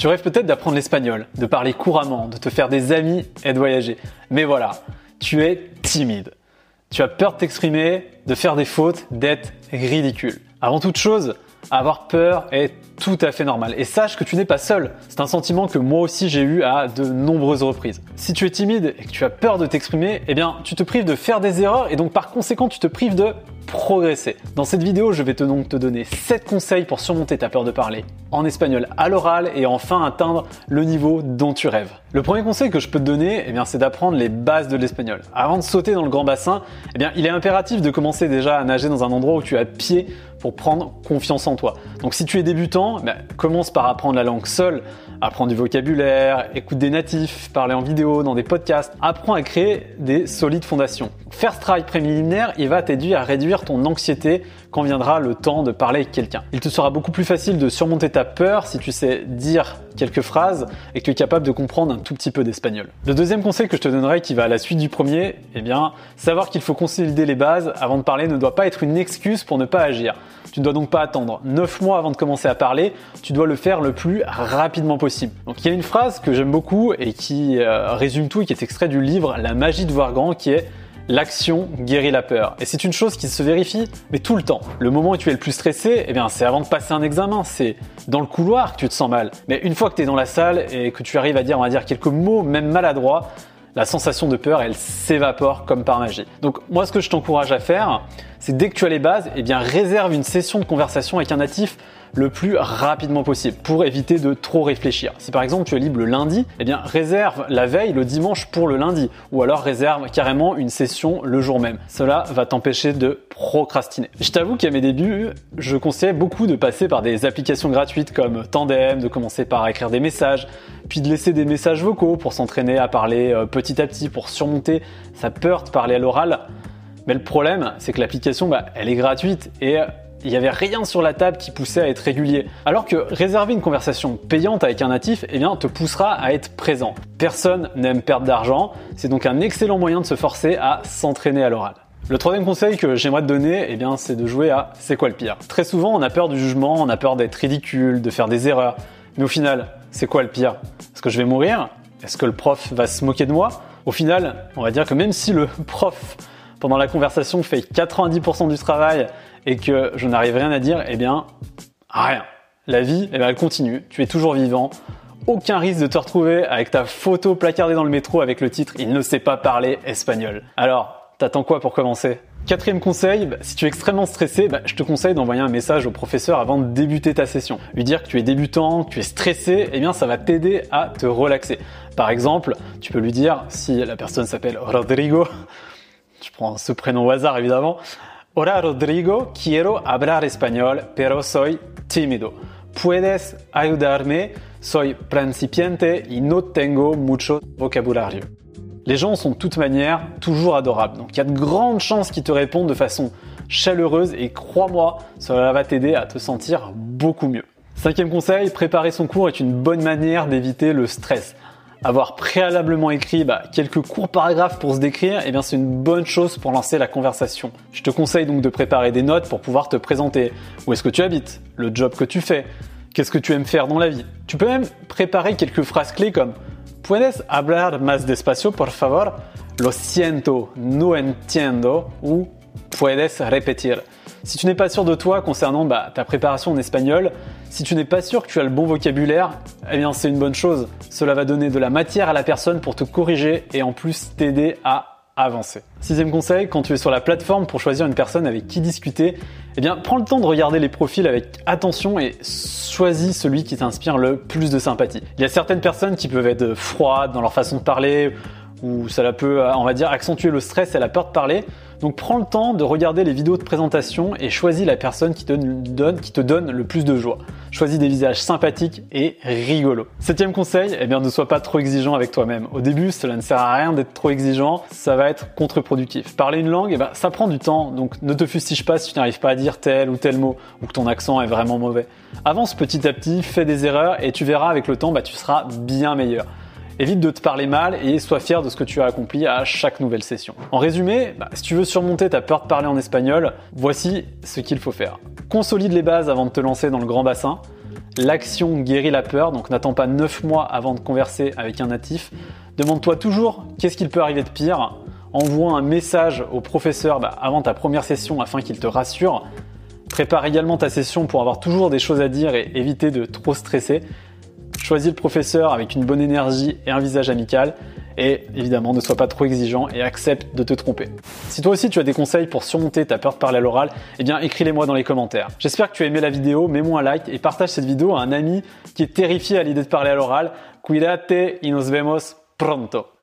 Tu rêves peut-être d'apprendre l'espagnol, de parler couramment, de te faire des amis et de voyager. Mais voilà, tu es timide. Tu as peur de t'exprimer, de faire des fautes, d'être ridicule. Avant toute chose, avoir peur est tout à fait normal. Et sache que tu n'es pas seul. C'est un sentiment que moi aussi j'ai eu à de nombreuses reprises. Si tu es timide et que tu as peur de t'exprimer, eh bien, tu te prives de faire des erreurs et donc par conséquent, tu te prives de progresser. Dans cette vidéo, je vais donc te donner 7 conseils pour surmonter ta peur de parler en espagnol à l'oral et enfin atteindre le niveau dont tu rêves. Le premier conseil que je peux te donner, c'est d'apprendre les bases de l'espagnol. Avant de sauter dans le grand bassin, il est impératif de commencer déjà à nager dans un endroit où tu as pied pour prendre confiance en toi. Donc si tu es débutant, commence par apprendre la langue seule, apprends du vocabulaire, écoute des natifs, parler en vidéo, dans des podcasts, apprends à créer des solides fondations. Faire ce travail préliminaire, il va t'aider à réduire ton anxiété quand viendra le temps de parler avec quelqu'un. Il te sera beaucoup plus facile de surmonter ta peur si tu sais dire quelques phrases et que tu es capable de comprendre un tout petit peu d'espagnol. Le deuxième conseil que je te donnerai qui va à la suite du premier, savoir qu'il faut consolider les bases avant de parler ne doit pas être une excuse pour ne pas agir. Tu ne dois donc pas attendre 9 mois avant de commencer à parler, tu dois le faire le plus rapidement possible. Donc il y a une phrase que j'aime beaucoup et qui résume tout et qui est extrait du livre La magie de voir grand qui est l'action guérit la peur. Et c'est une chose qui se vérifie, mais tout le temps. Le moment où tu es le plus stressé, c'est avant de passer un examen, c'est dans le couloir que tu te sens mal. Mais une fois que tu es dans la salle et que tu arrives à dire, quelques mots, même maladroits, la sensation de peur, elle s'évapore comme par magie. Donc moi, ce que je t'encourage à faire, c'est dès que tu as les bases, réserve une session de conversation avec un natif le plus rapidement possible pour éviter de trop réfléchir. Si par exemple tu es libre le lundi, réserve la veille le dimanche pour le lundi ou alors réserve carrément une session le jour même. Cela va t'empêcher de procrastiner. Je t'avoue qu'à mes débuts, je conseillais beaucoup de passer par des applications gratuites comme Tandem, de commencer par écrire des messages, puis de laisser des messages vocaux pour s'entraîner à parler petit à petit, pour surmonter sa peur de parler à l'oral. Mais le problème, c'est que l'application, elle est gratuite et il n'y avait rien sur la table qui poussait à être régulier. Alors que réserver une conversation payante avec un natif, te poussera à être présent. Personne n'aime perdre d'argent, c'est donc un excellent moyen de se forcer à s'entraîner à l'oral. Le troisième conseil que j'aimerais te donner, c'est de jouer à c'est quoi le pire. Très souvent, on a peur du jugement, on a peur d'être ridicule, de faire des erreurs. Mais au final, c'est quoi le pire? Est-ce que je vais mourir? Est-ce que le prof va se moquer de moi? Au final, on va dire que même si le prof, pendant la conversation, fait 90% du travail et que je n'arrive rien à dire, rien. La vie, elle continue. Tu es toujours vivant. Aucun risque de te retrouver avec ta photo placardée dans le métro avec le titre « Il ne sait pas parler espagnol ». Alors, t'attends quoi pour commencer? Quatrième conseil, si tu es extrêmement stressé, je te conseille d'envoyer un message au professeur avant de débuter ta session. Lui dire que tu es débutant, que tu es stressé, ça va t'aider à te relaxer. Par exemple, tu peux lui dire, si la personne s'appelle Rodrigo, je prends ce prénom au hasard évidemment, Hola Rodrigo, quiero hablar español, pero soy tímido. ¿Puedes ayudarme? Soy principiante y no tengo mucho vocabulario. Les gens sont de toute manière toujours adorables, donc il y a de grandes chances qu'ils te répondent de façon chaleureuse et crois-moi, cela va t'aider à te sentir beaucoup mieux. Cinquième conseil, préparer son cours est une bonne manière d'éviter le stress. Avoir préalablement écrit quelques courts paragraphes pour se décrire, c'est une bonne chose pour lancer la conversation. Je te conseille donc de préparer des notes pour pouvoir te présenter. Où est-ce que tu habites? Le job que tu fais? Qu'est-ce que tu aimes faire dans la vie? Tu peux même préparer quelques phrases clés comme ¿Puedes hablar más despacio, por favor? Lo siento, no entiendo. Ou ¿Puedes repetir? Si tu n'es pas sûr de toi concernant ta préparation en espagnol, si tu n'es pas sûr que tu as le bon vocabulaire, c'est une bonne chose. Cela va donner de la matière à la personne pour te corriger et en plus t'aider à avancer. Sixième conseil, quand tu es sur la plateforme pour choisir une personne avec qui discuter, prends le temps de regarder les profils avec attention et choisis celui qui t'inspire le plus de sympathie. Il y a certaines personnes qui peuvent être froides dans leur façon de parler ou ça peut, accentuer le stress et la peur de parler. Donc prends le temps de regarder les vidéos de présentation et choisis la personne qui te donne le plus de joie. Choisis des visages sympathiques et rigolos. Septième conseil, ne sois pas trop exigeant avec toi-même. Au début, cela ne sert à rien d'être trop exigeant, ça va être contre-productif. Parler une langue, ça prend du temps, donc ne te fustige pas si tu n'arrives pas à dire tel ou tel mot ou que ton accent est vraiment mauvais. Avance petit à petit, fais des erreurs et tu verras avec le temps, tu seras bien meilleur. Évite de te parler mal et sois fier de ce que tu as accompli à chaque nouvelle session. En résumé, si tu veux surmonter ta peur de parler en espagnol, voici ce qu'il faut faire. Consolide les bases avant de te lancer dans le grand bassin. L'action guérit la peur, donc n'attends pas 9 mois avant de converser avec un natif. Demande-toi toujours qu'est-ce qu'il peut arriver de pire. Envoie un message au professeur avant ta première session afin qu'il te rassure. Prépare également ta session pour avoir toujours des choses à dire et éviter de trop stresser. Choisis le professeur avec une bonne énergie et un visage amical. Et évidemment, ne sois pas trop exigeant et accepte de te tromper. Si toi aussi tu as des conseils pour surmonter ta peur de parler à l'oral, eh bien écris-les-moi dans les commentaires. J'espère que tu as aimé la vidéo, mets-moi un like et partage cette vidéo à un ami qui est terrifié à l'idée de parler à l'oral. Cuídate y nos vemos pronto.